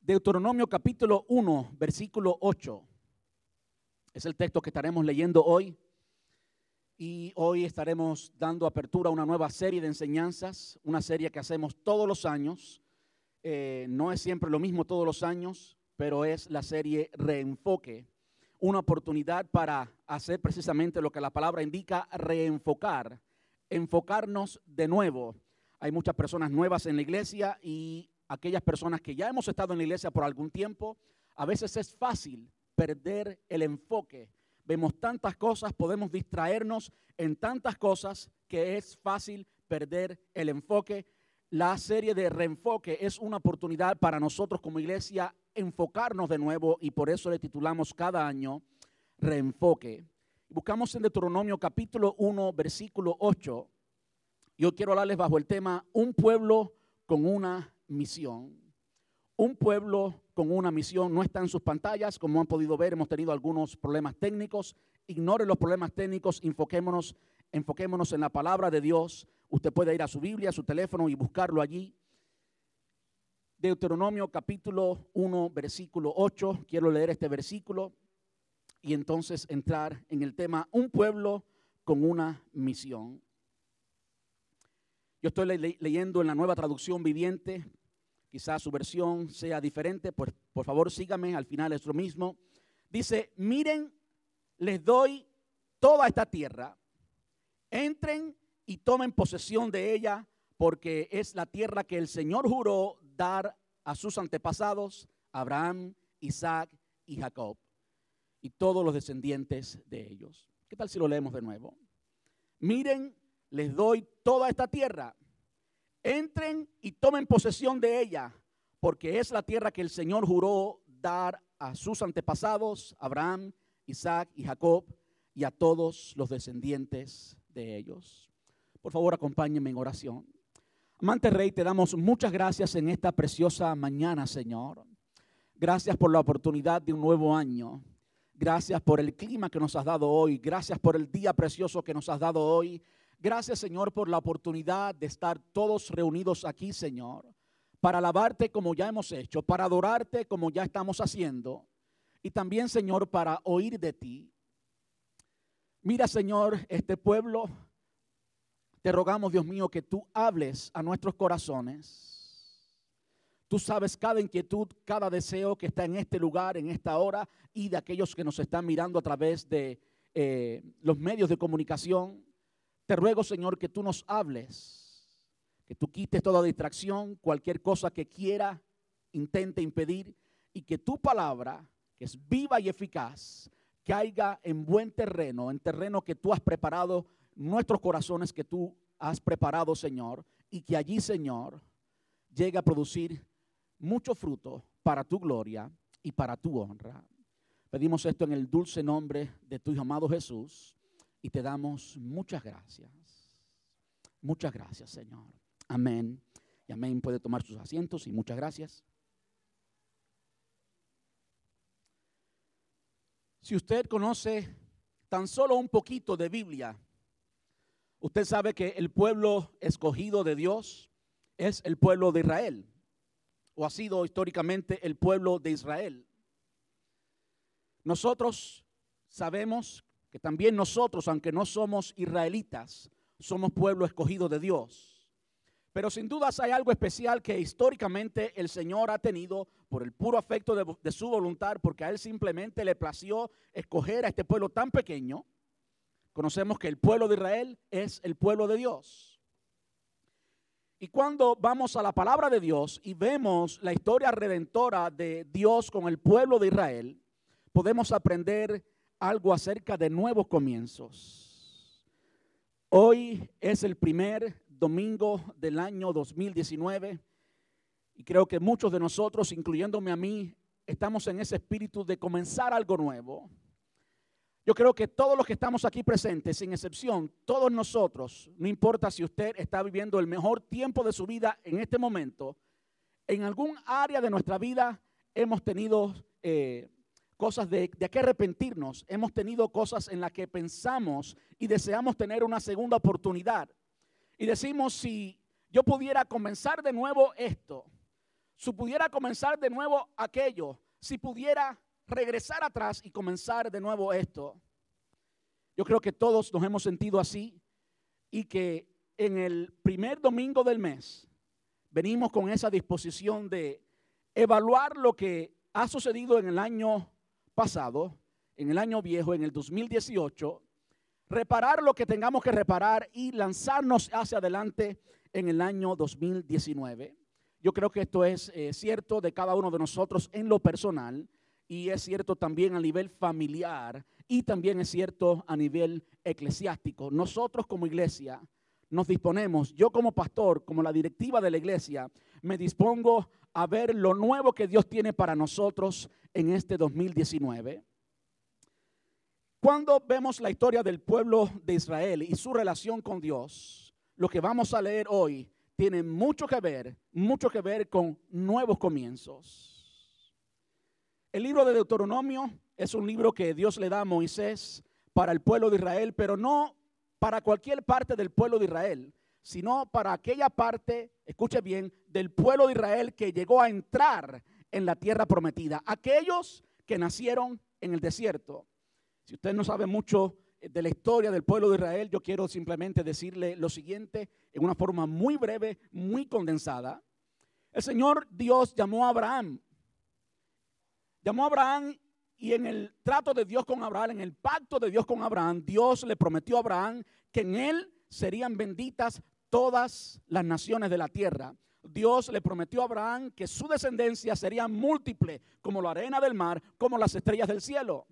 Deuteronomio capítulo 1, versículo 8. Es el texto que estaremos leyendo hoy. Y hoy estaremos dando apertura a una nueva serie de enseñanzas, una serie que hacemos todos los años. No es siempre lo mismo todos los años, pero es la serie Reenfoque. Una oportunidad para hacer precisamente lo que la palabra indica, reenfocar, enfocarnos de nuevo. Hay muchas personas nuevas en la iglesia y aquellas personas que ya hemos estado en la iglesia por algún tiempo, a veces es fácil perder el enfoque. Vemos tantas cosas, podemos distraernos en tantas cosas que es fácil perder el enfoque. La serie de Reenfoque es una oportunidad para nosotros como iglesia enfocarnos de nuevo y por eso le titulamos cada año Reenfoque. Buscamos en Deuteronomio capítulo 1, versículo 8. Yo quiero hablarles bajo el tema Un pueblo con una misión. Un pueblo con una misión. No está en sus pantallas, como han podido ver, hemos tenido algunos problemas técnicos. Ignoren los problemas técnicos, enfoquémonos en la palabra de Dios. Usted puede ir a su Biblia, a su teléfono y buscarlo allí. Deuteronomio capítulo 1, versículo 8. Quiero leer este versículo y entonces entrar en el tema Un pueblo con una misión. Yo estoy leyendo en la Nueva Traducción Viviente. Quizás su versión sea diferente, pues por favor sígame, al final es lo mismo. Dice, miren, les doy toda esta tierra, entren y tomen posesión de ella, porque es la tierra que el Señor juró dar a sus antepasados, Abraham, Isaac y Jacob, y todos los descendientes de ellos. ¿Qué tal si lo leemos de nuevo? Miren, les doy toda esta tierra. Entren y tomen posesión de ella, porque es la tierra que el Señor juró dar a sus antepasados, Abraham, Isaac y Jacob, y a todos los descendientes de ellos. Por favor, acompáñenme en oración. Amante Rey, te damos muchas gracias en esta preciosa mañana, Señor. Gracias por la oportunidad de un nuevo año. Gracias por el clima que nos has dado hoy. Gracias por el día precioso que nos has dado hoy. Gracias, Señor, por la oportunidad de estar todos reunidos aquí, Señor, para alabarte como ya hemos hecho, para adorarte como ya estamos haciendo, y también, Señor, para oír de ti. Mira, Señor, este pueblo, te rogamos, Dios mío, que tú hables a nuestros corazones. Tú sabes cada inquietud, cada deseo que está en este lugar, en esta hora, y de aquellos que nos están mirando a través de los medios de comunicación. Te ruego, Señor, que tú nos hables, que tú quites toda distracción, cualquier cosa que quiera, intente impedir, y que tu palabra, que es viva y eficaz, caiga en buen terreno, en terreno que tú has preparado, nuestros corazones que tú has preparado, Señor, y que allí, Señor, llegue a producir mucho fruto para tu gloria y para tu honra. Pedimos esto en el dulce nombre de tu Hijo amado Jesús. Y te damos muchas gracias. Muchas gracias, Señor. Amén. Y amén. Puede tomar sus asientos y muchas gracias. Si usted conoce tan solo un poquito de Biblia, usted sabe que el pueblo escogido de Dios es el pueblo de Israel, o ha sido históricamente el pueblo de Israel. Nosotros sabemos que también nosotros, aunque no somos israelitas, somos pueblo escogido de Dios. Pero sin dudas hay algo especial que históricamente el Señor ha tenido por el puro afecto de su voluntad, porque a Él simplemente le plació escoger a este pueblo tan pequeño. Conocemos que el pueblo de Israel es el pueblo de Dios. Y cuando vamos a la palabra de Dios y vemos la historia redentora de Dios con el pueblo de Israel, podemos aprender algo acerca de nuevos comienzos. Hoy es el primer domingo del año 2019 y creo que muchos de nosotros, incluyéndome a mí, estamos en ese espíritu de comenzar algo nuevo. Yo creo que todos los que estamos aquí presentes, sin excepción, todos nosotros, no importa si usted está viviendo el mejor tiempo de su vida en este momento, en algún área de nuestra vida hemos tenido cosas de qué arrepentirnos. Hemos tenido cosas en las que pensamos y deseamos tener una segunda oportunidad. Y decimos, si yo pudiera comenzar de nuevo esto, si pudiera comenzar de nuevo aquello, si pudiera regresar atrás y comenzar de nuevo esto. Yo creo que todos nos hemos sentido así y que en el primer domingo del mes venimos con esa disposición de evaluar lo que ha sucedido en el año pasado, en el año viejo, en el 2018, reparar lo que tengamos que reparar y lanzarnos hacia adelante en el año 2019. Yo creo que esto es cierto de cada uno de nosotros en lo personal y es cierto también a nivel familiar y también es cierto a nivel eclesiástico. Nosotros como iglesia nos disponemos, yo como pastor, como la directiva de la iglesia, me dispongo a ver lo nuevo que Dios tiene para nosotros en este 2019. Cuando vemos la historia del pueblo de Israel y su relación con Dios, lo que vamos a leer hoy tiene mucho que ver con nuevos comienzos. El libro de Deuteronomio es un libro que Dios le da a Moisés para el pueblo de Israel, pero no para cualquier parte del pueblo de Israel, sino para aquella parte, escuche bien, del pueblo de Israel que llegó a entrar en la tierra prometida, aquellos que nacieron en el desierto. Si usted no sabe mucho de la historia del pueblo de Israel, yo quiero simplemente decirle lo siguiente en una forma muy breve, muy condensada. El Señor Dios llamó a Abraham. Llamó a Abraham y en el trato de Dios con Abraham, en el pacto de Dios con Abraham, Dios le prometió a Abraham que en él serían benditas todas las naciones de la tierra. Dios le prometió a Abraham que su descendencia sería múltiple como la arena del mar, como las estrellas del cielo.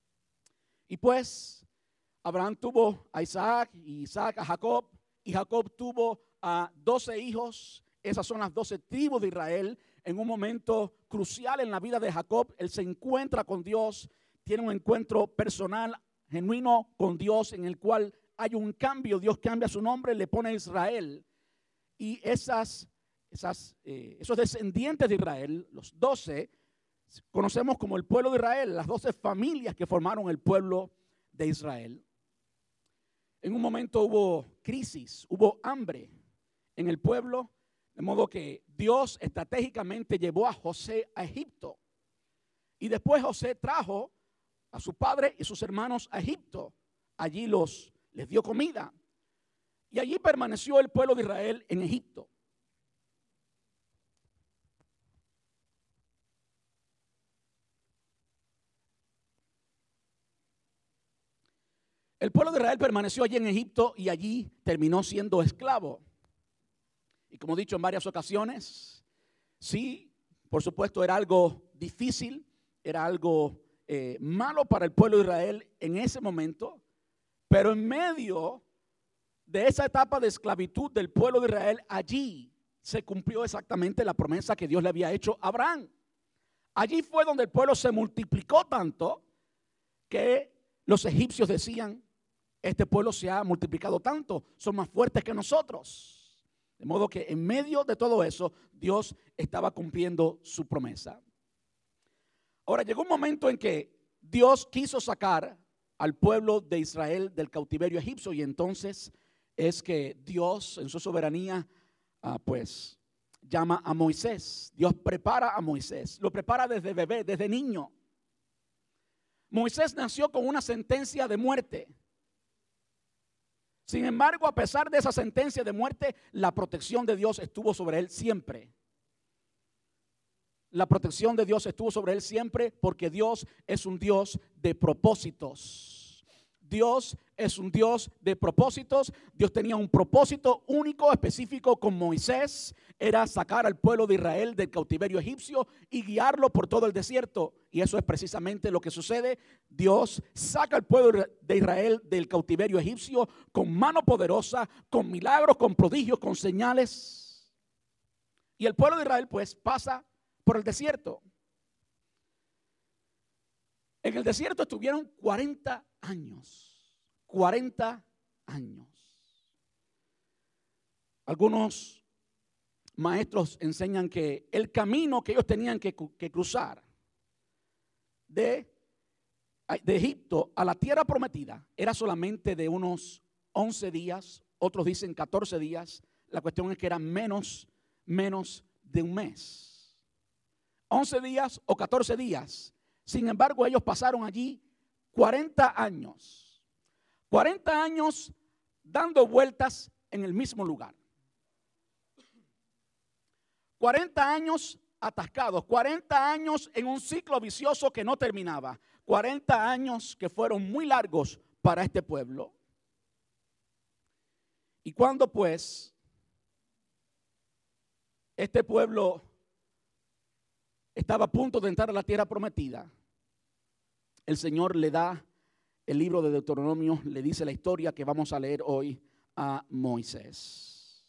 Y pues Abraham tuvo a Isaac y Isaac a Jacob y Jacob tuvo a 12 hijos. Esas son las 12 tribus de Israel. En un momento crucial en la vida de Jacob, él se encuentra con Dios, tiene un encuentro personal, genuino con Dios en el cual hay un cambio. Dios cambia su nombre, le pone Israel. Y esos descendientes de Israel, los 12, conocemos como el pueblo de Israel, las 12 familias que formaron el pueblo de Israel. En un momento hubo crisis, hubo hambre en el pueblo, de modo que Dios estratégicamente llevó a José a Egipto. Y después José trajo a su padre y sus hermanos a Egipto. Allí les dio comida. Y allí permaneció el pueblo de Israel en Egipto. El pueblo de Israel permaneció allí en Egipto y allí terminó siendo esclavo. Y como he dicho en varias ocasiones, sí, por supuesto era algo difícil, era algo malo para el pueblo de Israel en ese momento, pero en medio de esa etapa de esclavitud del pueblo de Israel, allí se cumplió exactamente la promesa que Dios le había hecho a Abraham. Allí fue donde el pueblo se multiplicó tanto que los egipcios decían: este pueblo se ha multiplicado tanto, son más fuertes que nosotros. De modo que en medio de todo eso, Dios estaba cumpliendo su promesa. Ahora llegó un momento en que Dios quiso sacar al pueblo de Israel del cautiverio egipcio, y entonces es que Dios en su soberanía pues llama a Moisés. Dios prepara a Moisés, lo prepara desde bebé, desde niño. Moisés nació con una sentencia de muerte. Sin embargo, a pesar de esa sentencia de muerte, la protección de Dios estuvo sobre él siempre. La protección de Dios estuvo sobre él siempre, porque Dios es un Dios de propósitos. Dios es un Dios de propósitos. Dios tenía un propósito único, específico con Moisés. Era sacar al pueblo de Israel del cautiverio egipcio y guiarlo por todo el desierto. Y eso es precisamente lo que sucede. Dios saca al pueblo de Israel del cautiverio egipcio con mano poderosa, con milagros, con prodigios, con señales. Y el pueblo de Israel pues pasa por el desierto. En el desierto estuvieron 40 años. 40 años. Algunos maestros enseñan que el camino que ellos tenían que cruzar de Egipto a la tierra prometida era solamente de unos 11 días. Otros dicen 14 días. La cuestión es que era menos de un mes. 11 días o 14 días. Sin embargo, ellos pasaron allí 40 años. 40 años dando vueltas en el mismo lugar. 40 años atascados, 40 años en un ciclo vicioso que no terminaba. 40 años que fueron muy largos para este pueblo. Y cuando pues este pueblo estaba a punto de entrar a la tierra prometida, el Señor le da el libro de Deuteronomio, le dice la historia que vamos a leer hoy a Moisés.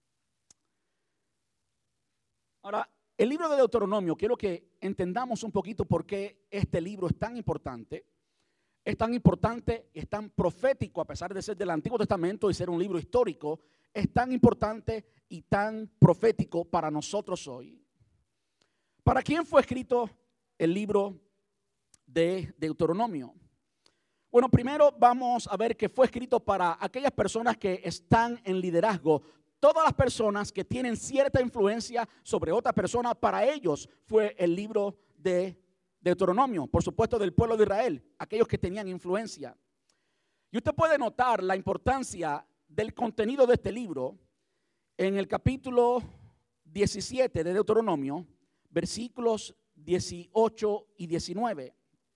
Ahora, el libro de Deuteronomio, quiero que entendamos un poquito por qué este libro es tan importante. Es tan importante, es tan profético, a pesar de ser del Antiguo Testamento y ser un libro histórico, es tan importante y tan profético para nosotros hoy. ¿Para quién fue escrito el libro de Deuteronomio? Bueno, primero vamos a ver que fue escrito para aquellas personas que están en liderazgo. Todas las personas que tienen cierta influencia sobre otra persona, para ellos fue el libro de Deuteronomio, por supuesto del pueblo de Israel, aquellos que tenían influencia. Y usted puede notar la importancia del contenido de este libro en el capítulo 17 de Deuteronomio, versículos 18 y 19.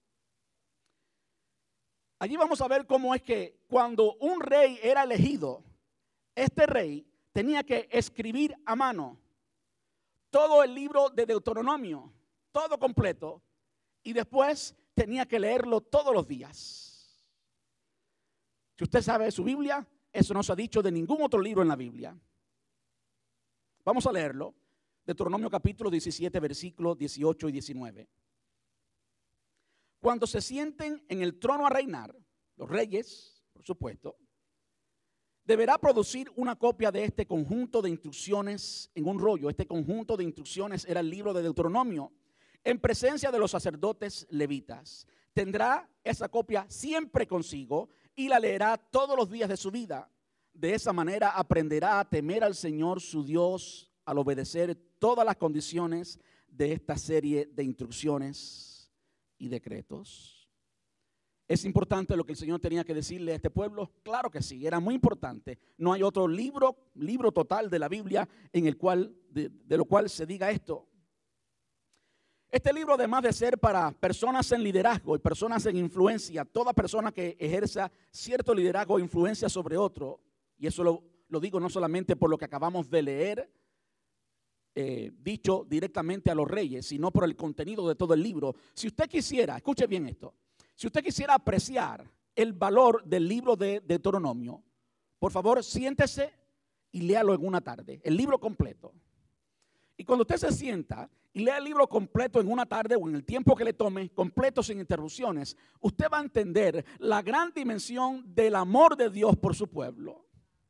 Allí vamos a ver cómo es que cuando un rey era elegido, este rey tenía que escribir a mano todo el libro de Deuteronomio, todo completo, y después tenía que leerlo todos los días. Si usted sabe de su Biblia, eso no se ha dicho de ningún otro libro en la Biblia. Vamos a leerlo. Deuteronomio capítulo 17, versículos 18 y 19. Cuando se sienten en el trono a reinar, los reyes, por supuesto, deberá producir una copia de este conjunto de instrucciones en un rollo. Este conjunto de instrucciones era el libro de Deuteronomio, en presencia de los sacerdotes levitas. Tendrá esa copia siempre consigo y la leerá todos los días de su vida. De esa manera aprenderá a temer al Señor su Dios al obedecer todas las condiciones de esta serie de instrucciones y decretos. ¿Es importante lo que el Señor tenía que decirle a este pueblo? Claro que sí, era muy importante. No hay otro libro total de la Biblia en el cual, de lo cual se diga esto. Este libro, además de ser para personas en liderazgo y personas en influencia, toda persona que ejerza cierto liderazgo o influencia sobre otro, y eso lo digo no solamente por lo que acabamos de leer, dicho directamente a los reyes, sino por el contenido de todo el libro. Si usted quisiera, escuche bien esto, si usted quisiera apreciar el valor del libro de Deuteronomio, por favor siéntese y léalo en una tarde, el libro completo. Y cuando usted se sienta y lea el libro completo en una tarde o en el tiempo que le tome, completo sin interrupciones, usted va a entender la gran dimensión del amor de Dios por su pueblo.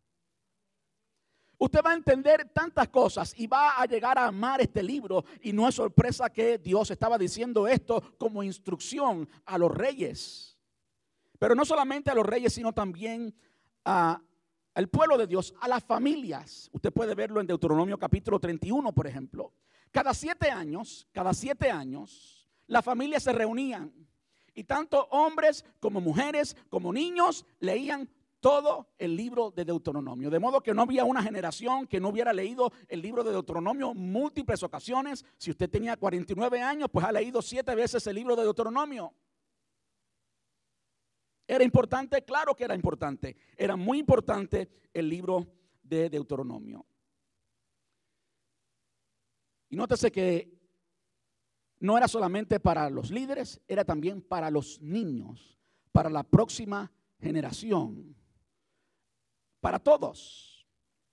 Usted va a entender tantas cosas y va a llegar a amar este libro. Y no es sorpresa que Dios estaba diciendo esto como instrucción a los reyes. Pero no solamente a los reyes, sino también al pueblo de Dios, a las familias. Usted puede verlo en Deuteronomio capítulo 31, por ejemplo. Cada 7 años, las familias se reunían. Y tanto hombres como mujeres como niños leían todo el libro de Deuteronomio. De modo que no había una generación que no hubiera leído el libro de Deuteronomio múltiples ocasiones. Si usted tenía 49 años, pues ha leído 7 veces el libro de Deuteronomio. ¿Era importante? Claro que era importante. Era muy importante el libro de Deuteronomio. Y nótese que no era solamente para los líderes, era también para los niños, para la próxima generación. Para todos.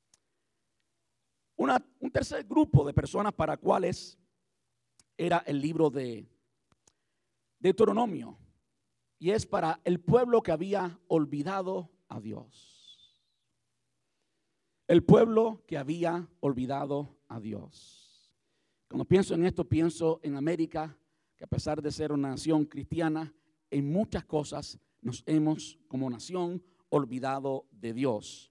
Un tercer grupo de personas para cuales era el libro de Deuteronomio. Y es para el pueblo que había olvidado a Dios. El pueblo que había olvidado a Dios. Cuando pienso en esto, pienso en América, que a pesar de ser una nación cristiana, en muchas cosas nos hemos, como nación, olvidado de Dios.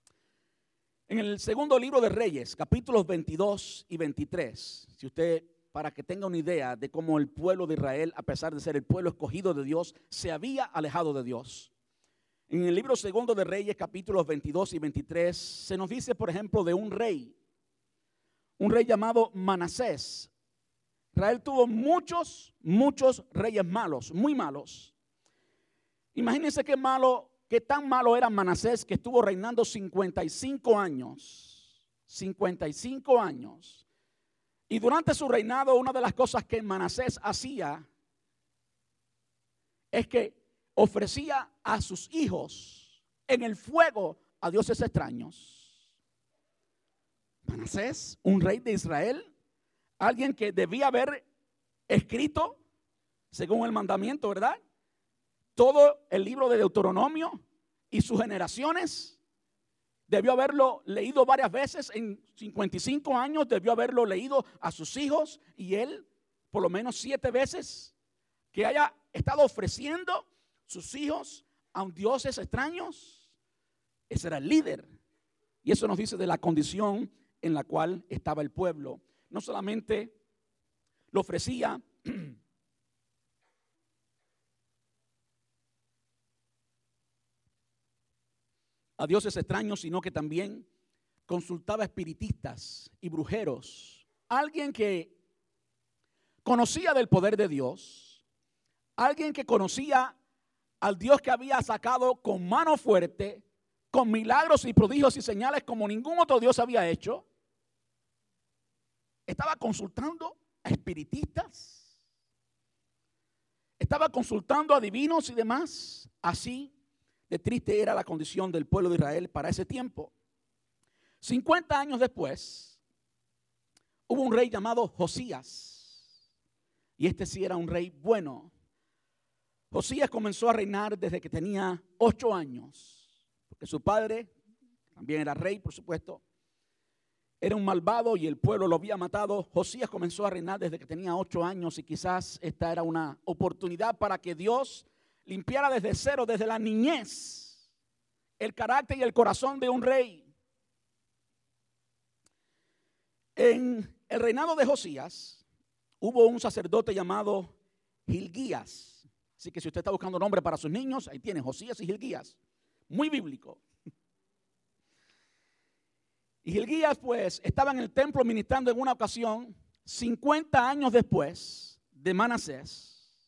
En el segundo libro de Reyes, capítulos 22 y 23, si usted para que tenga una idea de cómo el pueblo de Israel, a pesar de ser el pueblo escogido de Dios, se había alejado de Dios. En el libro segundo de Reyes, capítulos 22 y 23, se nos dice, por ejemplo, de un rey llamado Manasés. Israel tuvo muchos reyes malos, muy malos. Imagínense qué tan malo era Manasés, que estuvo reinando 55 años. 55 años. Y durante su reinado, una de las cosas que Manasés hacía es que ofrecía a sus hijos en el fuego a dioses extraños. Manasés, un rey de Israel, alguien que debía haber escrito, según el mandamiento, ¿verdad?, todo el libro de Deuteronomio y sus generaciones. Debió haberlo leído varias veces en 55 años, debió haberlo leído a sus hijos, y él por lo menos 7 veces que haya estado ofreciendo sus hijos a dioses extraños. Ese era el líder, y eso nos dice de la condición en la cual estaba el pueblo. No solamente lo ofrecía a dioses extraños, sino que también consultaba espiritistas y brujeros. Alguien que conocía del poder de Dios, alguien que conocía al Dios que había sacado con mano fuerte, con milagros y prodigios y señales como ningún otro Dios había hecho. Estaba consultando a espiritistas, estaba consultando a divinos y demás. Así de triste era la condición del pueblo de Israel para ese tiempo. 50 años después, hubo un rey llamado Josías, y este sí era un rey bueno. Josías comenzó a reinar desde que tenía 8 años, porque su padre, también era rey, por supuesto, era un malvado y el pueblo lo había matado. Josías comenzó a reinar desde que tenía 8 años, y quizás esta era una oportunidad para que Dios limpiara desde cero, desde la niñez, el carácter y el corazón de un rey. En el reinado de Josías hubo un sacerdote llamado Gilgías. Así que si usted está buscando nombre para sus niños, ahí tiene Josías y Gilgías. Muy bíblico. Y Gilgías pues estaba en el templo ministrando en una ocasión, 50 años después de Manasés.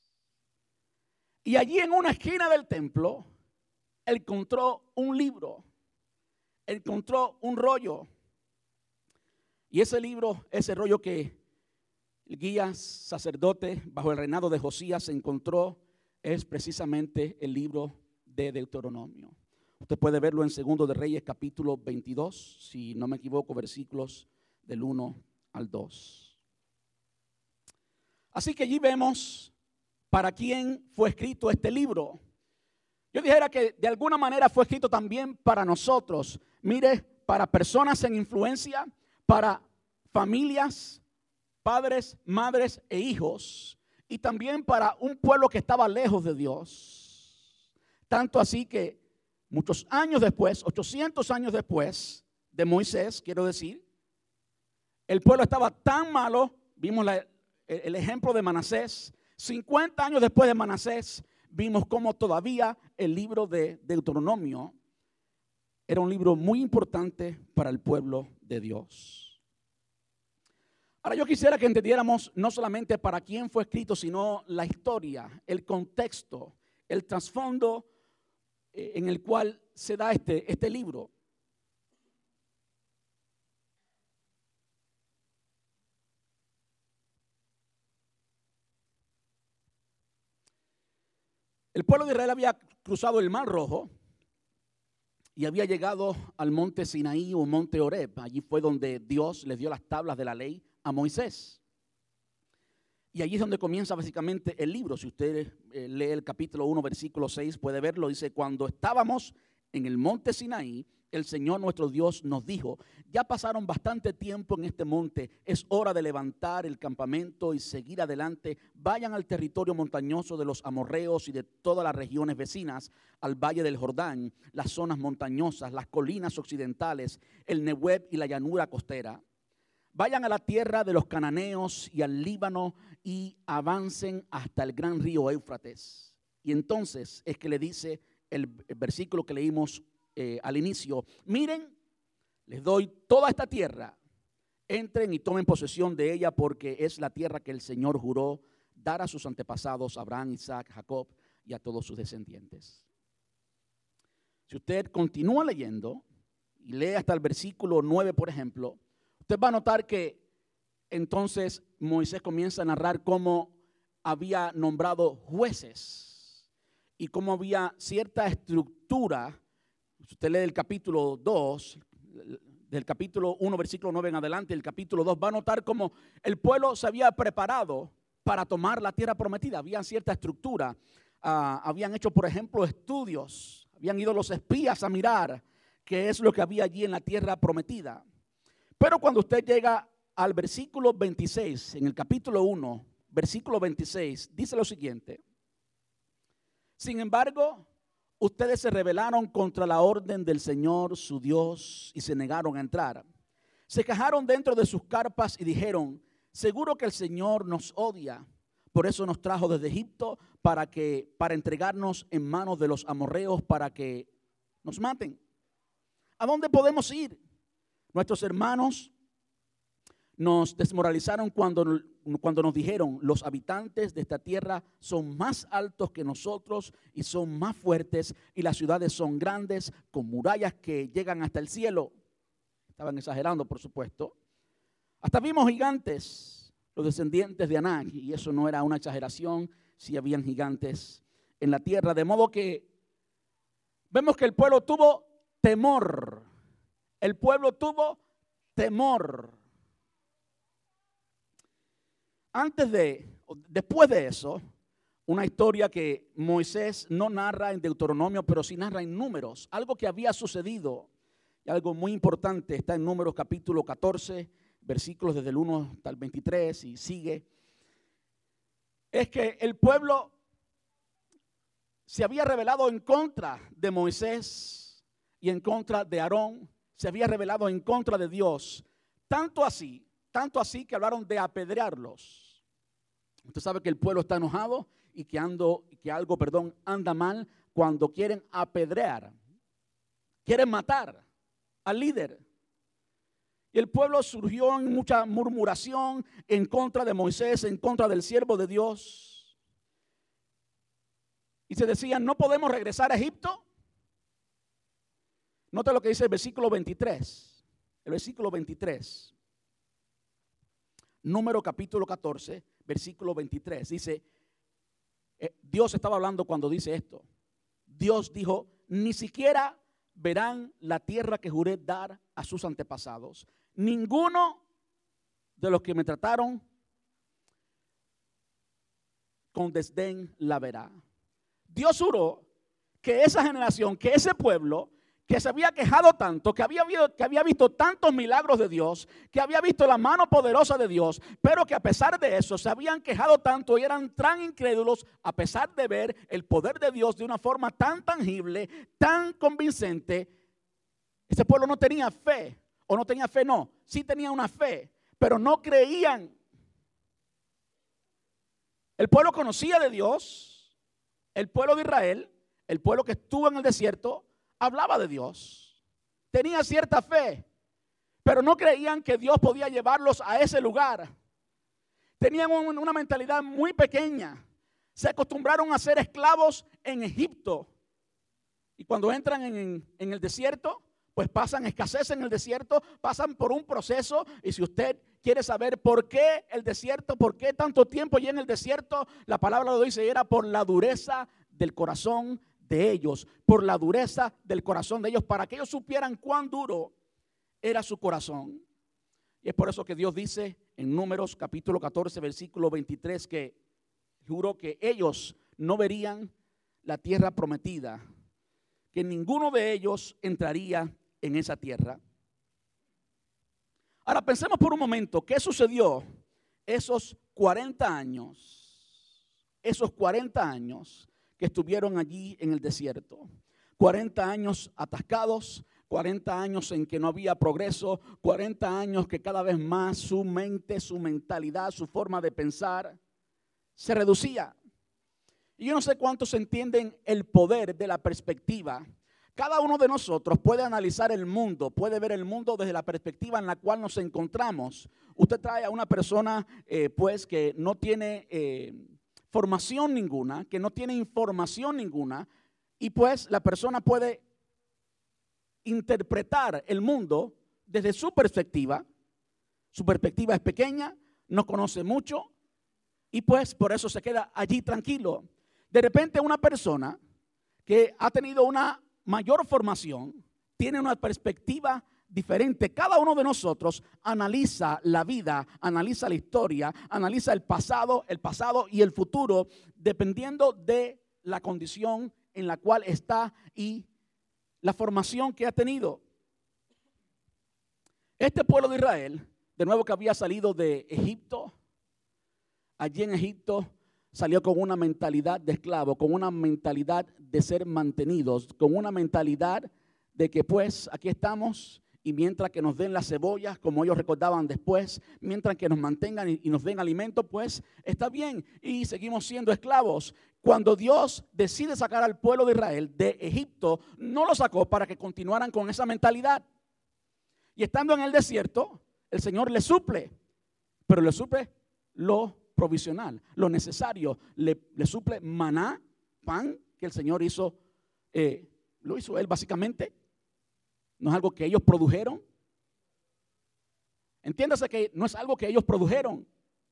Y allí en una esquina del templo, encontró un libro, encontró un rollo. Y ese libro, ese rollo que Gilgías, sacerdote, bajo el reinado de Josías, se encontró, es precisamente el libro de Deuteronomio. Usted puede verlo en Segundo de Reyes, capítulo 22, si no me equivoco, versículos del 1 al 2. Así que allí vemos para quién fue escrito este libro. Yo dijera que de alguna manera fue escrito también para nosotros. Mire, para personas en influencia, para familias, padres, madres e hijos, y también para un pueblo que estaba lejos de Dios. Tanto así que muchos años después, 800 años después de Moisés, quiero decir, el pueblo estaba tan malo. Vimos el ejemplo de Manasés. 50 años después de Manasés, vimos cómo todavía el libro de Deuteronomio era un libro muy importante para el pueblo de Dios. Ahora yo quisiera que entendiéramos no solamente para quién fue escrito, sino la historia, el contexto, el trasfondo en el cual se da este libro. El pueblo de Israel había cruzado el Mar Rojo y había llegado al monte Sinaí o monte Horeb. Allí fue donde Dios les dio las tablas de la ley a Moisés. Y allí es donde comienza básicamente el libro. Si usted lee el capítulo 1, versículo 6, puede verlo. Dice: cuando estábamos en el monte Sinaí, el Señor nuestro Dios nos dijo: ya pasaron bastante tiempo en este monte, es hora de levantar el campamento y seguir adelante. Vayan al territorio montañoso de los amorreos y de todas las regiones vecinas, al valle del Jordán, las zonas montañosas, las colinas occidentales, el Nehueb y la llanura costera. vayan a la tierra de los cananeos y al Líbano y avancen hasta el gran río Éufrates. Y entonces es que le dice el versículo que leímos al inicio: miren, les doy toda esta tierra, entren y tomen posesión de ella, porque es la tierra que el Señor juró dar a sus antepasados, Abraham, Isaac, Jacob y a todos sus descendientes. Si usted continúa leyendo y lee hasta el versículo 9, por ejemplo, usted va a notar que entonces Moisés comienza a narrar cómo había nombrado jueces y cómo había cierta estructura. Si usted lee el capítulo 2, del capítulo 1, versículo 9 en adelante, el capítulo 2, va a notar cómo el pueblo se había preparado para tomar la tierra prometida. Había cierta estructura. Habían hecho, por ejemplo, estudios. Habían ido los espías a mirar qué es lo que había allí en la tierra prometida. Pero cuando usted llega al versículo 26, en el capítulo 1, versículo 26, dice lo siguiente: sin embargo, ustedes se rebelaron contra la orden del Señor su Dios y se negaron a entrar. Se quejaron dentro de sus carpas y dijeron: seguro que el Señor nos odia, por eso nos trajo desde Egipto para entregarnos en manos de los amorreos para que nos maten. ¿A dónde podemos ir? Nuestros hermanos nos desmoralizaron cuando nos dijeron: los habitantes de esta tierra son más altos que nosotros y son más fuertes, y las ciudades son grandes con murallas que llegan hasta el cielo. Estaban exagerando, por supuesto. Hasta vimos gigantes, los descendientes de Anak, y eso no era una exageración, si habían gigantes en la tierra. De modo que vemos que el pueblo tuvo temor. El pueblo tuvo temor. Después de eso, una historia que Moisés no narra en Deuteronomio, pero sí narra en Números, algo que había sucedido, y algo muy importante, está en Números capítulo 14, versículos desde el 1 hasta el 23 y sigue. Es que el pueblo se había rebelado en contra de Moisés y en contra de Aarón, se había rebelado en contra de Dios, tanto así que hablaron de apedrearlos. Usted sabe que el pueblo está enojado y que algo anda mal cuando quieren apedrear, quieren matar al líder. Y el pueblo surgió en mucha murmuración en contra de Moisés, en contra del siervo de Dios. Y se decían: no podemos regresar a Egipto. Nota lo que dice el versículo 23. El versículo 23. Número capítulo 14, versículo 23. Dice, Dios estaba hablando cuando dice esto. Dios dijo: ni siquiera verán la tierra que juré dar a sus antepasados. Ninguno de los que me trataron con desdén la verá. Dios juró que esa generación, que ese pueblo que se había quejado tanto, que había visto tantos milagros de Dios, que había visto la mano poderosa de Dios, pero que a pesar de eso se habían quejado tanto y eran tan incrédulos, a pesar de ver el poder de Dios de una forma tan tangible, tan convincente. Ese pueblo no tenía fe, o no tenía fe, no, sí tenía una fe, pero no creían. El pueblo conocía de Dios, el pueblo de Israel, el pueblo que estuvo en el desierto, hablaba de Dios, tenía cierta fe, pero no creían que Dios podía llevarlos a ese lugar. Tenían una mentalidad muy pequeña, se acostumbraron a ser esclavos en Egipto, y cuando entran en el desierto, pues pasan escasez en el desierto, pasan por un proceso. Y si usted quiere saber por qué el desierto, por qué tanto tiempo allí en el desierto, la palabra lo dice, era por la dureza del corazón de ellos, por la dureza del corazón de ellos, para que ellos supieran cuán duro era su corazón. Y es por eso que Dios dice en Números capítulo 14, versículo 23, que juró que ellos no verían la tierra prometida, que ninguno de ellos entraría en esa tierra. Ahora pensemos por un momento, ¿qué sucedió esos 40 años? Esos 40 años que estuvieron allí en el desierto. 40 años atascados, 40 años en que no había progreso, 40 años que cada vez más su mente, su mentalidad, su forma de pensar se reducía. Y yo no sé cuántos entienden el poder de la perspectiva. Cada uno de nosotros puede analizar el mundo, puede ver el mundo desde la perspectiva en la cual nos encontramos. Usted trae a una persona pues que no tiene formación ninguna, que no tiene información ninguna, y pues la persona puede interpretar el mundo desde su perspectiva. Su perspectiva es pequeña, no conoce mucho y pues por eso se queda allí tranquilo. De repente una persona que ha tenido una mayor formación tiene una perspectiva diferente. Cada uno de nosotros analiza la vida, analiza la historia, analiza el pasado y el futuro, dependiendo de la condición en la cual está y la formación que ha tenido. Este pueblo de Israel, de nuevo que había salido de Egipto, allí en Egipto salió con una mentalidad de esclavo, con una mentalidad de ser mantenidos, con una mentalidad de que pues aquí estamos y mientras que nos den las cebollas, como ellos recordaban después, mientras que nos mantengan y nos den alimento, pues está bien y seguimos siendo esclavos. Cuando Dios decide sacar al pueblo de Israel de Egipto, no lo sacó para que continuaran con esa mentalidad. Y estando en el desierto, el Señor le suple, pero le suple lo provisional, lo necesario. Le suple maná, pan, que el Señor hizo, lo hizo Él básicamente. No es algo que ellos produjeron. Entiéndase que no es algo que ellos produjeron.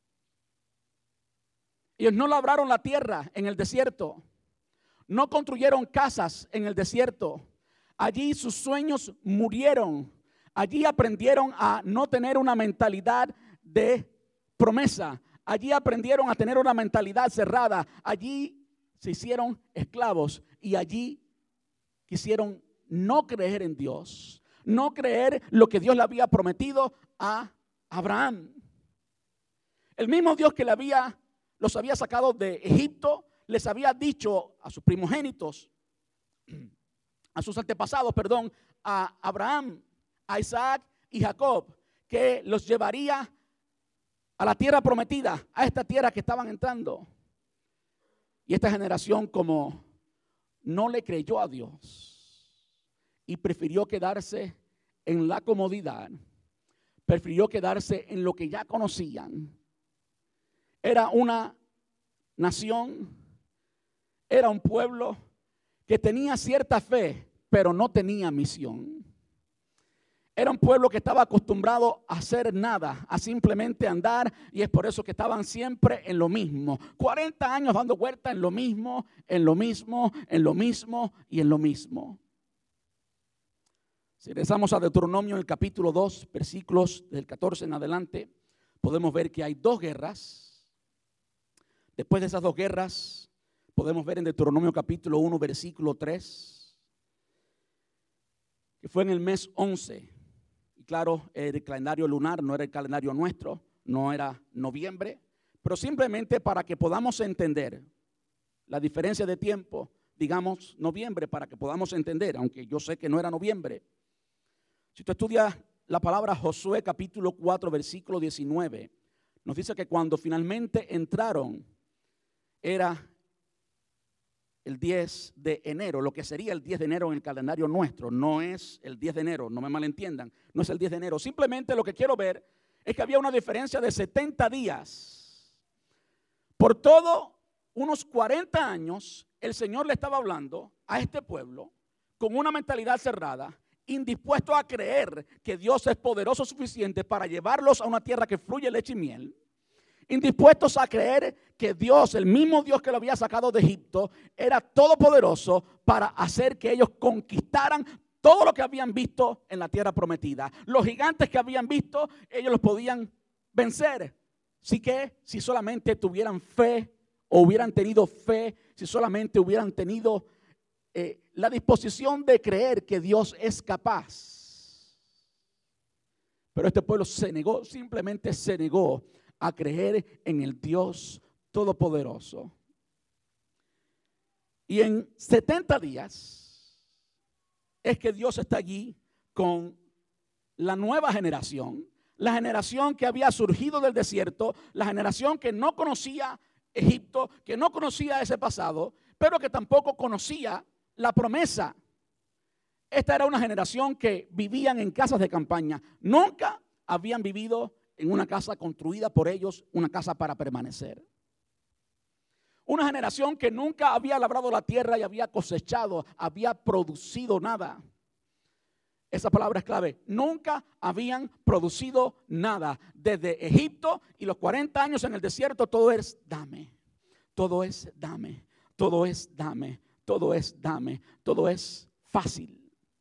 Ellos no labraron la tierra en el desierto. No construyeron casas en el desierto. Allí sus sueños murieron. Allí aprendieron a no tener una mentalidad de promesa. Allí aprendieron a tener una mentalidad cerrada. Allí se hicieron esclavos y allí quisieron no creer en Dios, no creer lo que Dios le había prometido a Abraham. El mismo Dios que los había sacado de Egipto, les había dicho a sus primogénitos, a sus antepasados, a Abraham, a Isaac y Jacob, que los llevaría a la tierra prometida, a esta tierra que estaban entrando. Y esta generación, como no le creyó a Dios y prefirió quedarse en la comodidad, prefirió quedarse en lo que ya conocían. Era una nación, era un pueblo que tenía cierta fe, pero no tenía misión. Era un pueblo que estaba acostumbrado a hacer nada, a simplemente andar, y es por eso que estaban siempre en lo mismo. 40 años dando vuelta en lo mismo, en lo mismo, en lo mismo y en lo mismo. Si regresamos a Deuteronomio, en el capítulo 2, versículos del 14 en adelante, podemos ver que hay dos guerras. Después de esas dos guerras, podemos ver en Deuteronomio capítulo 1, versículo 3, que fue en el mes 11. Y claro, el calendario lunar no era el calendario nuestro, no era noviembre, pero simplemente para que podamos entender la diferencia de tiempo, digamos noviembre, para que podamos entender, aunque yo sé que no era noviembre. Si tú estudias la palabra Josué capítulo 4, versículo 19, nos dice que cuando finalmente entraron, era el 10 de enero, lo que sería el 10 de enero en el calendario nuestro. No es el 10 de enero, no me malentiendan, no es el 10 de enero. Simplemente lo que quiero ver es que había una diferencia de 70 días. Por todo unos 40 años, el Señor le estaba hablando a este pueblo con una mentalidad cerrada, indispuesto a creer que Dios es poderoso suficiente para llevarlos a una tierra que fluye leche y miel. Indispuestos a creer que Dios, el mismo Dios que lo había sacado de Egipto, era todopoderoso para hacer que ellos conquistaran todo lo que habían visto en la tierra prometida. Los gigantes que habían visto, ellos los podían vencer. Así que si solamente tuvieran fe o hubieran tenido fe, si solamente hubieran tenido la disposición de creer que Dios es capaz. Pero este pueblo se negó, simplemente se negó a creer en el Dios todopoderoso. Y en 70 días es que Dios está allí con la nueva generación, la generación que había surgido del desierto, la generación que no conocía Egipto, que no conocía ese pasado, pero que tampoco conocía la promesa. Esta era una generación que vivían en casas de campaña. Nunca habían vivido en una casa construida por ellos, una casa para permanecer. Una generación que nunca había labrado la tierra y había cosechado, había producido nada. Esa palabra es clave. Nunca habían producido nada. Desde Egipto y los 40 años en el desierto, todo es dame. Todo es dame. Todo es dame. Todo es dame. Todo es fácil.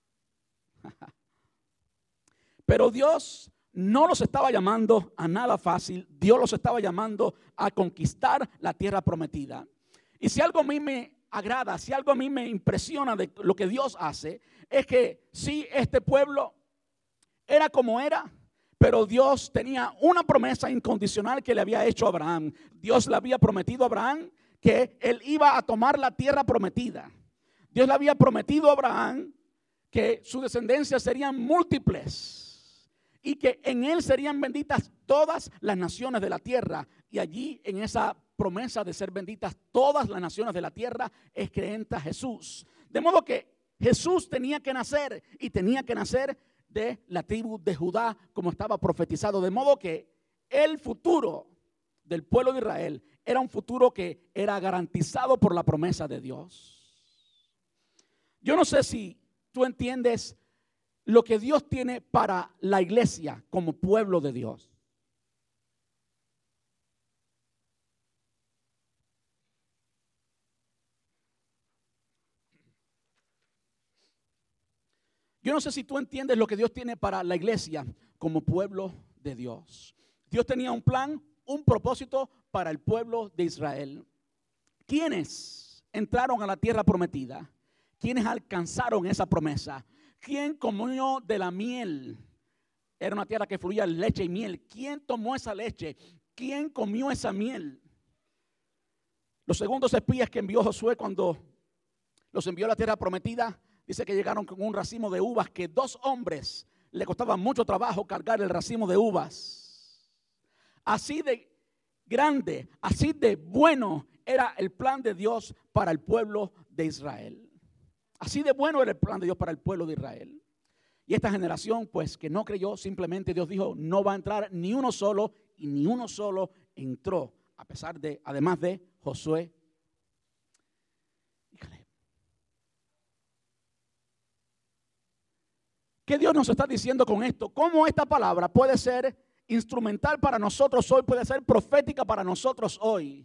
Pero Dios no los estaba llamando a nada fácil. Dios los estaba llamando a conquistar la tierra prometida. Y si algo a mí me agrada, si algo a mí me impresiona de lo que Dios hace, es que sí, este pueblo era como era, pero Dios tenía una promesa incondicional que le había hecho a Abraham. Dios le había prometido a Abraham que él iba a tomar la tierra prometida. Dios le había prometido a Abraham que su descendencia serían múltiples y que en él serían benditas todas las naciones de la tierra. Y allí en esa promesa de ser benditas todas las naciones de la tierra es creyente a Jesús. De modo que Jesús tenía que nacer y tenía que nacer de la tribu de Judá como estaba profetizado. De modo que el futuro del pueblo de Israel era un futuro que era garantizado por la promesa de Dios. Yo no sé si tú entiendes lo que Dios tiene para la iglesia como pueblo de Dios. Yo no sé si tú entiendes lo que Dios tiene para la iglesia como pueblo de Dios. Dios tenía un plan, un propósito para el pueblo de Israel. ¿Quiénes entraron a la tierra prometida? ¿Quiénes alcanzaron esa promesa? ¿Quién comió de la miel? Era una tierra que fluía leche y miel. ¿Quién tomó esa leche? ¿Quién comió esa miel? Los segundos espías que envió Josué cuando los envió a la tierra prometida, dice que llegaron con un racimo de uvas que 2 hombres le costaba mucho trabajo cargar el racimo de uvas. Así de grande, así de bueno era el plan de Dios para el pueblo de Israel. Así de bueno era el plan de Dios para el pueblo de Israel. Y esta generación, pues, que no creyó, simplemente Dios dijo, no va a entrar ni uno solo, y ni uno solo entró, a pesar de, además de Josué y Caleb. ¿Qué Dios nos está diciendo con esto? ¿Cómo esta palabra puede ser instrumental para nosotros hoy, puede ser profética para nosotros hoy?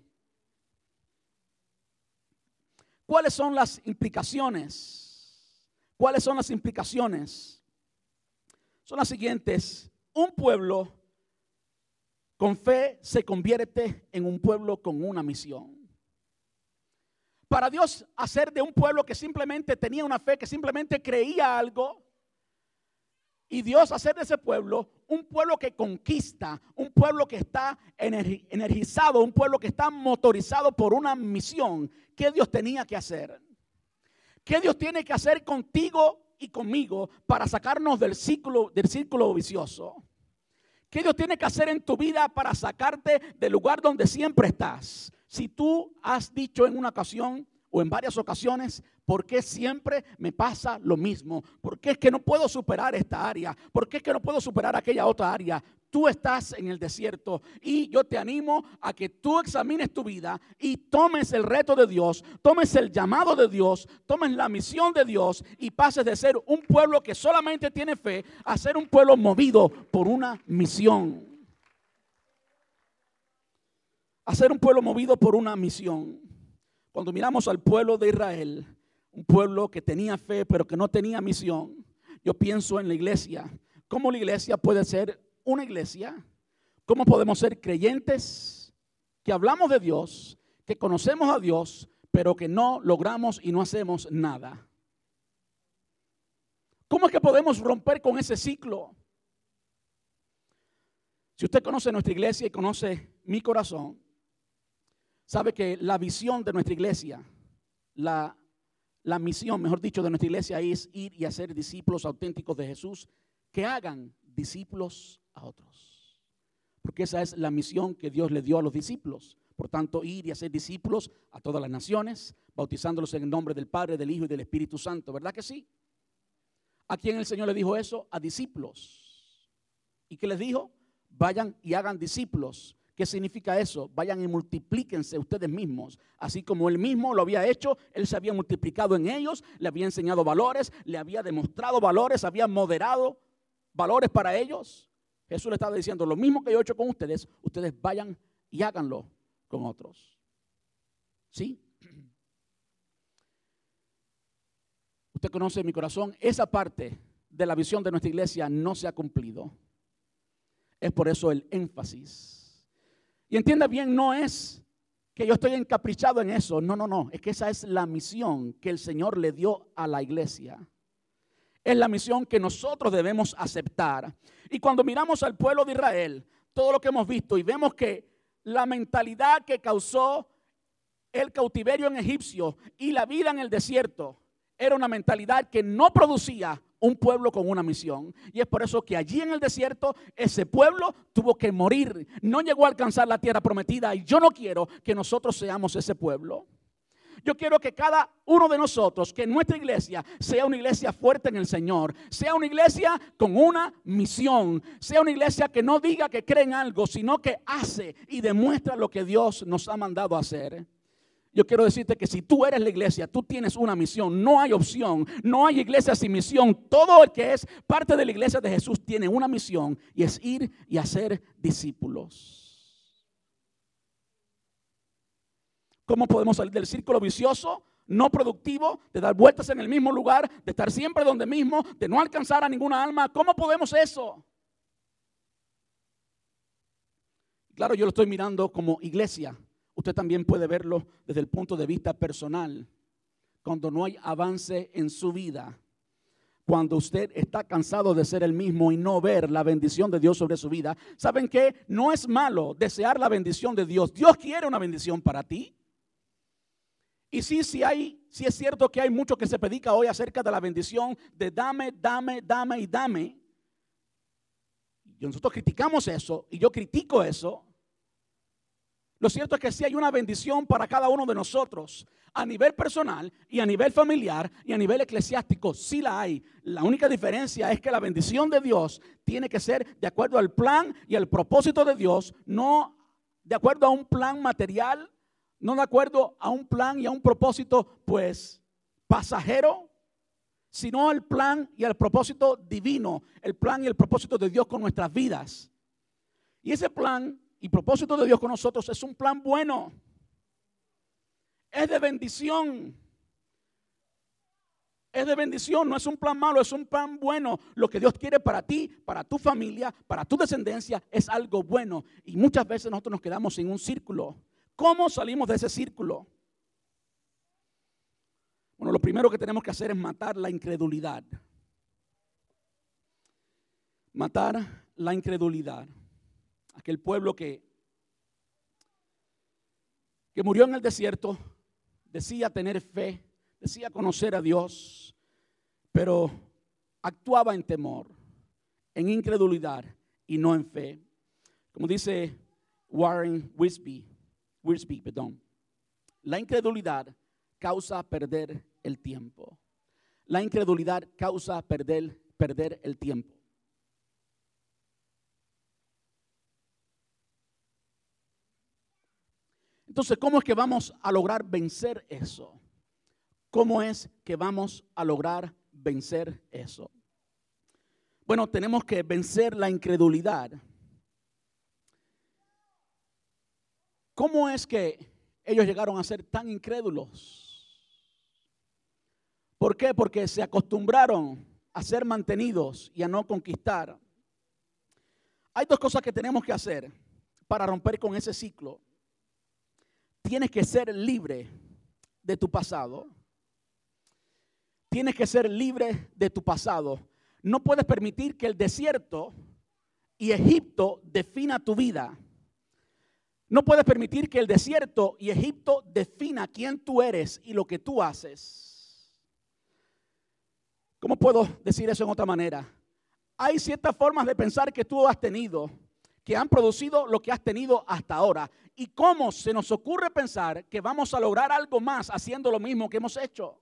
¿Cuáles son las implicaciones? ¿Cuáles son las implicaciones? Son las siguientes. Un pueblo con fe se convierte en un pueblo con una misión. Para Dios hacer de un pueblo que simplemente tenía una fe, que simplemente creía algo, y Dios hacer de ese pueblo un pueblo que conquista, un pueblo que está energizado, un pueblo que está motorizado por una misión. ¿Qué Dios tenía que hacer? ¿Qué Dios tiene que hacer contigo y conmigo para sacarnos del círculo vicioso? ¿Qué Dios tiene que hacer en tu vida para sacarte del lugar donde siempre estás? Si tú has dicho en una ocasión o en varias ocasiones, ¿por qué siempre me pasa lo mismo? ¿Por qué es que no puedo superar esta área? ¿Por qué es que no puedo superar aquella otra área? Tú estás en el desierto y yo te animo a que tú examines tu vida y tomes el reto de Dios, tomes el llamado de Dios, tomes la misión de Dios y pases de ser un pueblo que solamente tiene fe a ser un pueblo movido por una misión. A ser un pueblo movido por una misión. Cuando miramos al pueblo de Israel, un pueblo que tenía fe pero que no tenía misión, yo pienso en la iglesia. ¿Cómo la iglesia puede ser una iglesia? ¿Cómo podemos ser creyentes que hablamos de Dios, que conocemos a Dios, pero que no logramos y no hacemos nada? ¿Cómo es que podemos romper con ese ciclo? Si usted conoce nuestra iglesia y conoce mi corazón, sabe que la visión de nuestra iglesia, la la misión, mejor dicho, de nuestra iglesia es ir y hacer discípulos auténticos de Jesús que hagan discípulos a otros. Porque esa es la misión que Dios le dio a los discípulos. Por tanto, ir y hacer discípulos a todas las naciones, bautizándolos en el nombre del Padre, del Hijo y del Espíritu Santo. ¿Verdad que sí? ¿A quién el Señor le dijo eso? A discípulos. ¿Y qué les dijo? Vayan y hagan discípulos. ¿Qué significa eso? Vayan y multiplíquense ustedes mismos. Así como Él mismo lo había hecho, Él se había multiplicado en ellos, le había enseñado valores, le había demostrado valores, había moderado valores para ellos. Jesús le estaba diciendo, lo mismo que yo he hecho con ustedes, ustedes vayan y háganlo con otros. ¿Sí? Usted conoce mi corazón. Esa parte de la visión de nuestra iglesia no se ha cumplido. Es por eso el énfasis. Y entienda bien, no es que yo estoy encaprichado en eso. No. Es que esa es la misión que el Señor le dio a la iglesia. Es la misión que nosotros debemos aceptar. Y cuando miramos al pueblo de Israel, todo lo que hemos visto y vemos que la mentalidad que causó el cautiverio en Egipcio y la vida en el desierto era una mentalidad que no producía un pueblo con una misión. Y es por eso que allí en el desierto ese pueblo tuvo que morir. No llegó a alcanzar la tierra prometida. Y yo no quiero que nosotros seamos ese pueblo. Yo quiero que cada uno de nosotros, que nuestra iglesia sea una iglesia fuerte en el Señor, sea una iglesia con una misión, sea una iglesia que no diga que cree en algo, sino que hace y demuestra lo que Dios nos ha mandado a hacer. Yo quiero decirte que si tú eres la iglesia, tú tienes una misión, no hay opción, no hay iglesia sin misión. Todo el que es parte de la iglesia de Jesús tiene una misión y es ir y hacer discípulos. ¿Cómo podemos salir del círculo vicioso, no productivo, de dar vueltas en el mismo lugar, de estar siempre donde mismo, de no alcanzar a ninguna alma? ¿Cómo podemos eso? Claro, yo lo estoy mirando como iglesia. Usted también puede verlo desde el punto de vista personal. Cuando no hay avance en su vida, cuando usted está cansado de ser el mismo y no ver la bendición de Dios sobre su vida, ¿saben qué? No es malo desear la bendición de Dios. Dios quiere una bendición para ti. Y sí es cierto que hay mucho que se predica hoy acerca de la bendición de dame. Y nosotros criticamos eso y yo critico eso. Lo cierto es que sí hay una bendición para cada uno de nosotros a nivel personal y a nivel familiar y a nivel eclesiástico. Sí la hay. La única diferencia es que la bendición de Dios tiene que ser de acuerdo al plan y al propósito de Dios, no de acuerdo a un plan material, no de acuerdo a un plan y a un propósito pues pasajero, sino al plan y al propósito divino, el plan y el propósito de Dios con nuestras vidas. Y ese plan y propósito de Dios con nosotros es un plan bueno. Es de bendición. Es de bendición, no es un plan malo, es un plan bueno. Lo que Dios quiere para ti, para tu familia, para tu descendencia es algo bueno. Y muchas veces nosotros nos quedamos en un círculo. ¿Cómo salimos de ese círculo? Bueno, lo primero que tenemos que hacer es matar la incredulidad. Matar la incredulidad. Aquel pueblo que murió en el desierto, decía tener fe, decía conocer a Dios, pero actuaba en temor, en incredulidad y no en fe. Como dice Warren Wiersbe, la incredulidad causa perder el tiempo. La incredulidad causa perder el tiempo. Entonces, ¿cómo es que vamos a lograr vencer eso? ¿Cómo es que vamos a lograr vencer eso? Bueno, tenemos que vencer la incredulidad. ¿Cómo es que ellos llegaron a ser tan incrédulos? ¿Por qué? Porque se acostumbraron a ser mantenidos y a no conquistar. Hay dos cosas que tenemos que hacer para romper con ese ciclo. Tienes que ser libre de tu pasado. Tienes que ser libre de tu pasado. No puedes permitir que el desierto y Egipto defina tu vida. No puedes permitir que el desierto y Egipto defina quién tú eres y lo que tú haces. ¿Cómo puedo decir eso en otra manera? Hay ciertas formas de pensar que tú has tenido, que han producido lo que has tenido hasta ahora. ¿Y cómo se nos ocurre pensar que vamos a lograr algo más haciendo lo mismo que hemos hecho?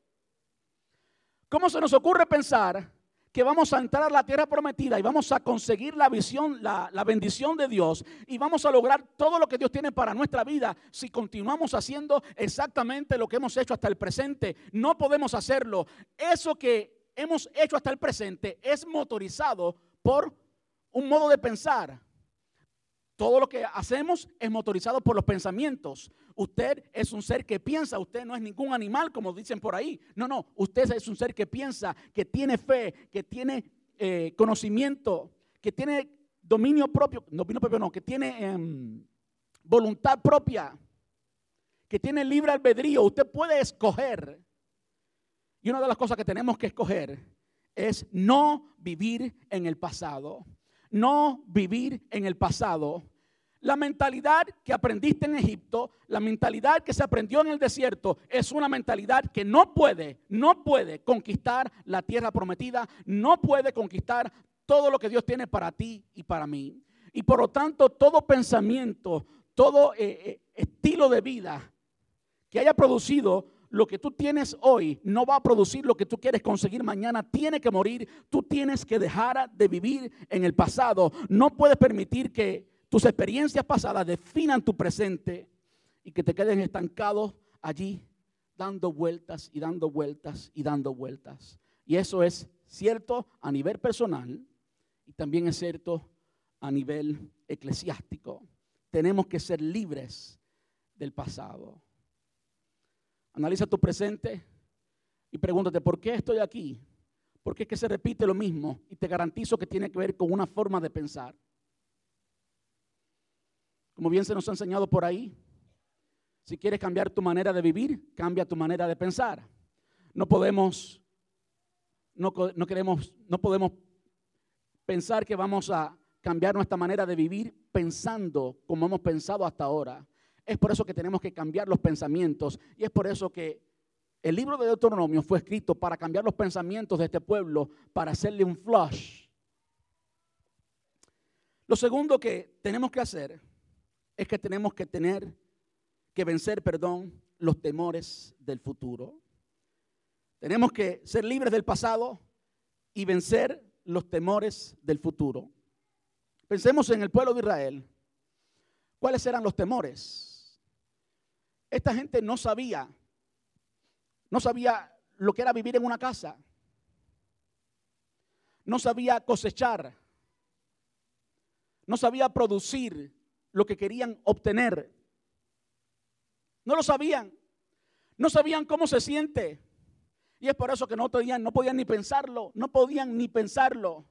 ¿Cómo se nos ocurre pensar que vamos a entrar a la tierra prometida y vamos a conseguir la visión, la bendición de Dios y vamos a lograr todo lo que Dios tiene para nuestra vida si continuamos haciendo exactamente lo que hemos hecho hasta el presente? No podemos hacerlo. Eso que hemos hecho hasta el presente es motorizado por un modo de pensar. Todo lo que hacemos es motorizado por los pensamientos. Usted es un ser que piensa, usted no es ningún animal como dicen por ahí. No, usted es un ser que piensa, que tiene fe, que tiene conocimiento, que tiene dominio propio, que tiene voluntad propia, que tiene libre albedrío. Usted puede escoger. Y una de las cosas que tenemos que escoger es no vivir en el pasado. No vivir en el pasado. La mentalidad que aprendiste en Egipto, la mentalidad que se aprendió en el desierto, es una mentalidad que no puede conquistar la tierra prometida, no puede conquistar todo lo que Dios tiene para ti y para mí. Y por lo tanto, todo pensamiento, todo estilo de vida que haya producido lo que tú tienes hoy no va a producir lo que tú quieres conseguir mañana. Tiene que morir. Tú tienes que dejar de vivir en el pasado. No puedes permitir que tus experiencias pasadas definan tu presente y que te queden estancados allí dando vueltas y dando vueltas y dando vueltas. Y eso es cierto a nivel personal y también es cierto a nivel eclesiástico. Tenemos que ser libres del pasado. Analiza tu presente y pregúntate, ¿por qué estoy aquí? ¿Por qué es que se repite lo mismo? Y te garantizo que tiene que ver con una forma de pensar. Como bien se nos ha enseñado por ahí, si quieres cambiar tu manera de vivir, cambia tu manera de pensar. No podemos pensar que vamos a cambiar nuestra manera de vivir pensando como hemos pensado hasta ahora. Es por eso que tenemos que cambiar los pensamientos y es por eso que el libro de Deuteronomio fue escrito para cambiar los pensamientos de este pueblo, para hacerle un flush. Lo segundo que tenemos que hacer es que tenemos que vencer los temores del futuro. Tenemos que ser libres del pasado y vencer los temores del futuro. Pensemos en el pueblo de Israel. ¿Cuáles eran los temores? Esta gente no sabía lo que era vivir en una casa. No sabía cosechar. No sabía producir lo que querían obtener. No lo sabían. No sabían cómo se siente. Y es por eso que no podían ni pensarlo. No podían ni pensarlo.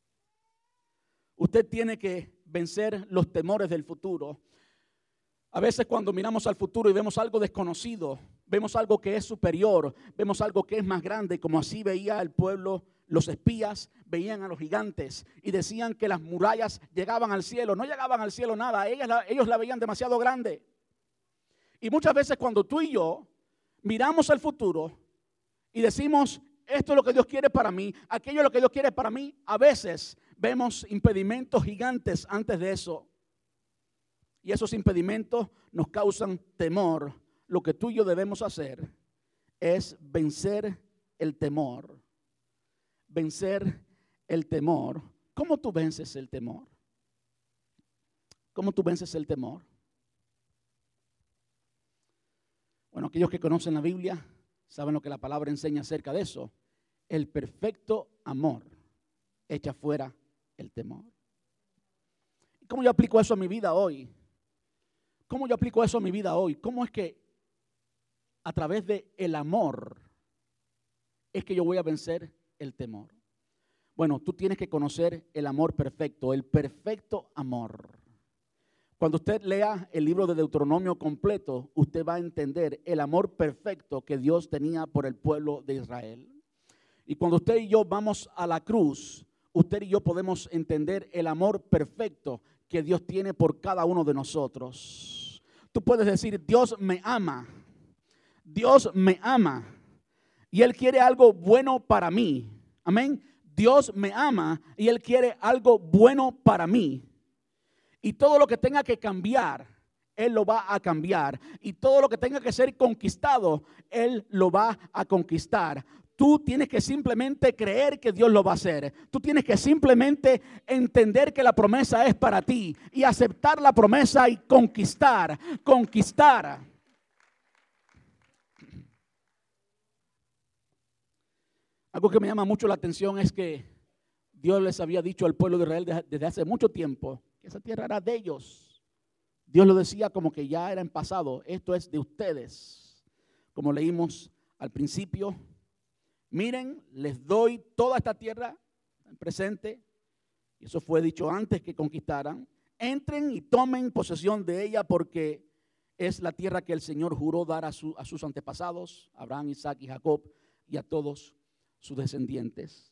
Usted tiene que vencer los temores del futuro. A veces cuando miramos al futuro y vemos algo desconocido, vemos algo que es superior, vemos algo que es más grande, como así veía el pueblo, los espías veían a los gigantes y decían que las murallas llegaban al cielo. No llegaban al cielo nada, ellos la veían demasiado grande. Y muchas veces cuando tú y yo miramos al futuro y decimos, esto es lo que Dios quiere para mí, aquello es lo que Dios quiere para mí, a veces vemos impedimentos gigantes antes de eso. Y esos impedimentos nos causan temor. Lo que tú y yo debemos hacer es vencer el temor. Vencer el temor. ¿Cómo tú vences el temor? ¿Cómo tú vences el temor? Bueno, aquellos que conocen la Biblia saben lo que la palabra enseña acerca de eso. El perfecto amor echa fuera el temor. ¿Cómo yo aplico eso a mi vida hoy? ¿Cómo yo aplico eso a mi vida hoy? ¿Cómo es que a través del amor es que yo voy a vencer el temor? Bueno, tú tienes que conocer el amor perfecto, el perfecto amor. Cuando usted lea el libro de Deuteronomio completo, usted va a entender el amor perfecto que Dios tenía por el pueblo de Israel. Y cuando usted y yo vamos a la cruz, usted y yo podemos entender el amor perfecto que Dios tiene por cada uno de nosotros. Tú puedes decir, Dios me ama. Dios me ama. Y Él quiere algo bueno para mí. Amén. Dios me ama y Él quiere algo bueno para mí. Y todo lo que tenga que cambiar, Él lo va a cambiar. Y todo lo que tenga que ser conquistado, Él lo va a conquistar. Tú tienes que simplemente creer que Dios lo va a hacer. Tú tienes que simplemente entender que la promesa es para ti y aceptar la promesa y conquistar. Algo que me llama mucho la atención es que Dios les había dicho al pueblo de Israel desde hace mucho tiempo que esa tierra era de ellos. Dios lo decía como que ya era en pasado. Esto es de ustedes. Como leímos al principio. Miren, les doy toda esta tierra en presente. Y eso fue dicho antes que conquistaran. Entren y tomen posesión de ella porque es la tierra que el Señor juró dar a sus antepasados, Abraham, Isaac y Jacob, y a todos sus descendientes.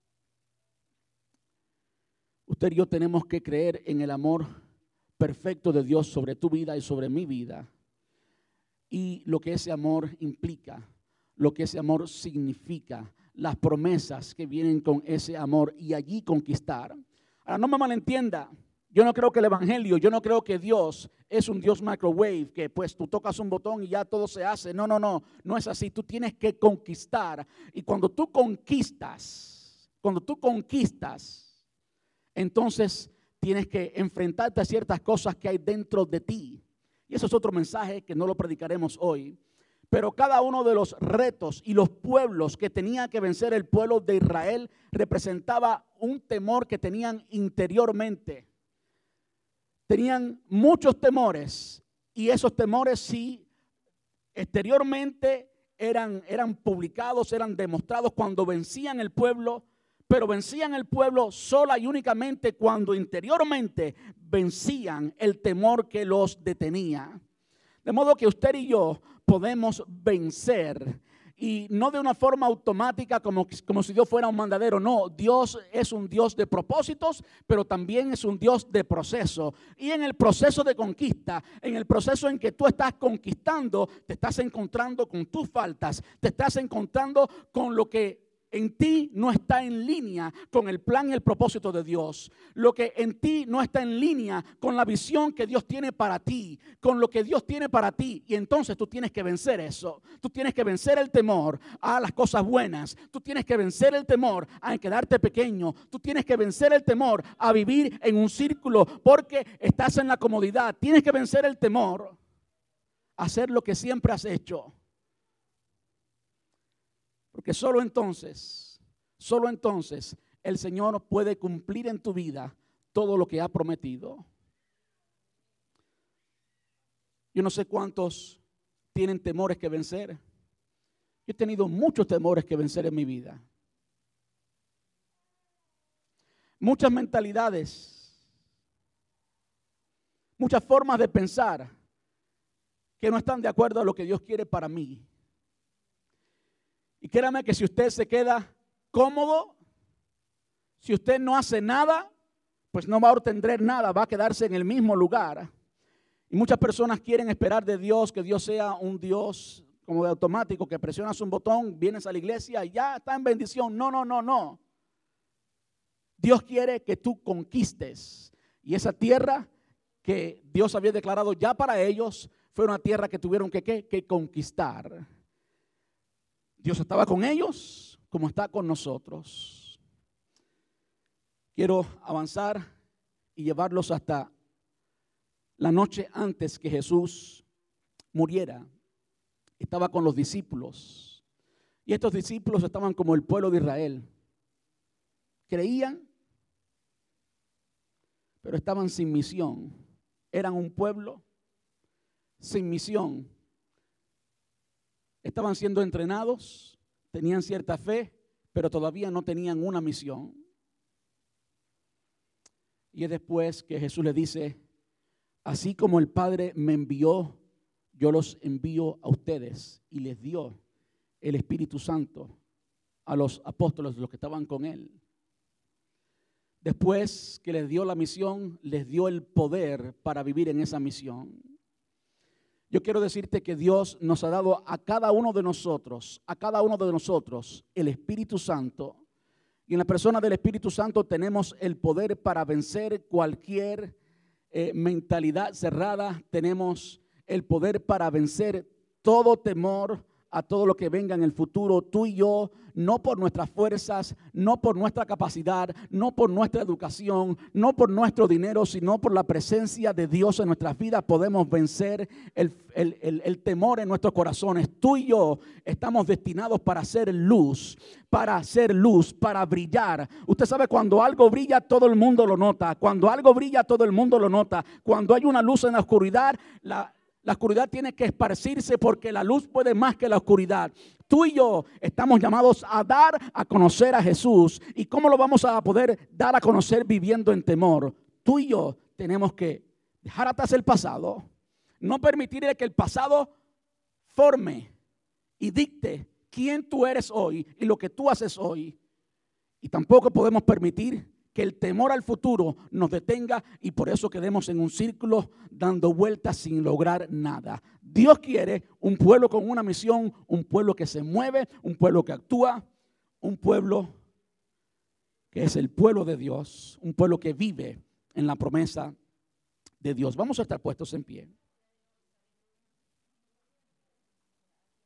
Usted y yo tenemos que creer en el amor perfecto de Dios sobre tu vida y sobre mi vida. Y lo que ese amor implica, lo que ese amor significa, las promesas que vienen con ese amor y allí conquistar. Ahora, no me malentienda, yo no creo que el evangelio, yo no creo que Dios es un Dios microwave, que pues tú tocas un botón y ya todo se hace. No, no es así. Tú tienes que conquistar. Y cuando tú conquistas, entonces tienes que enfrentarte a ciertas cosas que hay dentro de ti. Y eso es otro mensaje que no lo predicaremos hoy. Pero cada uno de los retos y los pueblos que tenía que vencer el pueblo de Israel representaba un temor que tenían interiormente. Tenían muchos temores y esos temores sí exteriormente eran publicados, eran demostrados cuando vencían el pueblo, pero vencían el pueblo sola y únicamente cuando interiormente vencían el temor que los detenía. De modo que usted y yo podemos vencer. Y no de una forma automática como si Dios fuera un mandadero. No, Dios es un Dios de propósitos, pero también es un Dios de proceso. Y en el proceso de conquista, en el proceso en que tú estás conquistando, te estás encontrando con tus faltas, te estás encontrando con lo que en ti no está en línea con el plan y el propósito de Dios. Lo que en ti no está en línea con la visión que Dios tiene para ti, con lo que Dios tiene para ti. Y entonces tú tienes que vencer eso. Tú tienes que vencer el temor a las cosas buenas. Tú tienes que vencer el temor a quedarte pequeño. Tú tienes que vencer el temor a vivir en un círculo porque estás en la comodidad. Tienes que vencer el temor a hacer lo que siempre has hecho. Porque solo entonces el Señor puede cumplir en tu vida todo lo que ha prometido. Yo no sé cuántos tienen temores que vencer. Yo he tenido muchos temores que vencer en mi vida. Muchas mentalidades, muchas formas de pensar que no están de acuerdo a lo que Dios quiere para mí. Y créame que si usted se queda cómodo, si usted no hace nada, pues no va a obtener nada, va a quedarse en el mismo lugar. Y muchas personas quieren esperar de Dios que Dios sea un Dios como de automático, que presionas un botón, vienes a la iglesia y ya está en bendición. No. Dios quiere que tú conquistes. Y esa tierra que Dios había declarado ya para ellos fue una tierra que tuvieron que conquistar. Dios estaba con ellos como está con nosotros. Quiero avanzar y llevarlos hasta la noche antes que Jesús muriera. Estaba con los discípulos. Y estos discípulos estaban como el pueblo de Israel. Creían, pero estaban sin misión. Eran un pueblo sin misión. Estaban siendo entrenados, tenían cierta fe, pero todavía no tenían una misión. Y es después que Jesús le dice, así como el Padre me envió, yo los envío a ustedes. Y les dio el Espíritu Santo a los apóstoles, los que estaban con él. Después que les dio la misión, les dio el poder para vivir en esa misión. Yo quiero decirte que Dios nos ha dado a cada uno de nosotros el Espíritu Santo Y en la persona del Espíritu Santo tenemos el poder para vencer cualquier mentalidad cerrada. Tenemos el poder para vencer todo temor a todo lo que venga en el futuro. Tú y yo, no por nuestras fuerzas, no por nuestra capacidad, no por nuestra educación, no por nuestro dinero, sino por la presencia de Dios en nuestras vidas, podemos vencer el temor en nuestros corazones. Tú y yo estamos destinados para hacer luz, para brillar. Usted sabe, cuando algo brilla, todo el mundo lo nota. Cuando algo brilla, todo el mundo lo nota. Cuando hay una luz en la oscuridad, la oscuridad tiene que esparcirse, porque la luz puede más que la oscuridad. Tú y yo estamos llamados a dar a conocer a Jesús. ¿Y cómo lo vamos a poder dar a conocer viviendo en temor? Tú y yo tenemos que dejar atrás el pasado. No permitir que el pasado forme y dicte quién tú eres hoy y lo que tú haces hoy. Y tampoco podemos permitir que el temor al futuro nos detenga y por eso quedemos en un círculo dando vueltas sin lograr nada. Dios quiere un pueblo con una misión, un pueblo que se mueve, un pueblo que actúa, un pueblo que es el pueblo de Dios, un pueblo que vive en la promesa de Dios. Vamos a estar puestos en pie.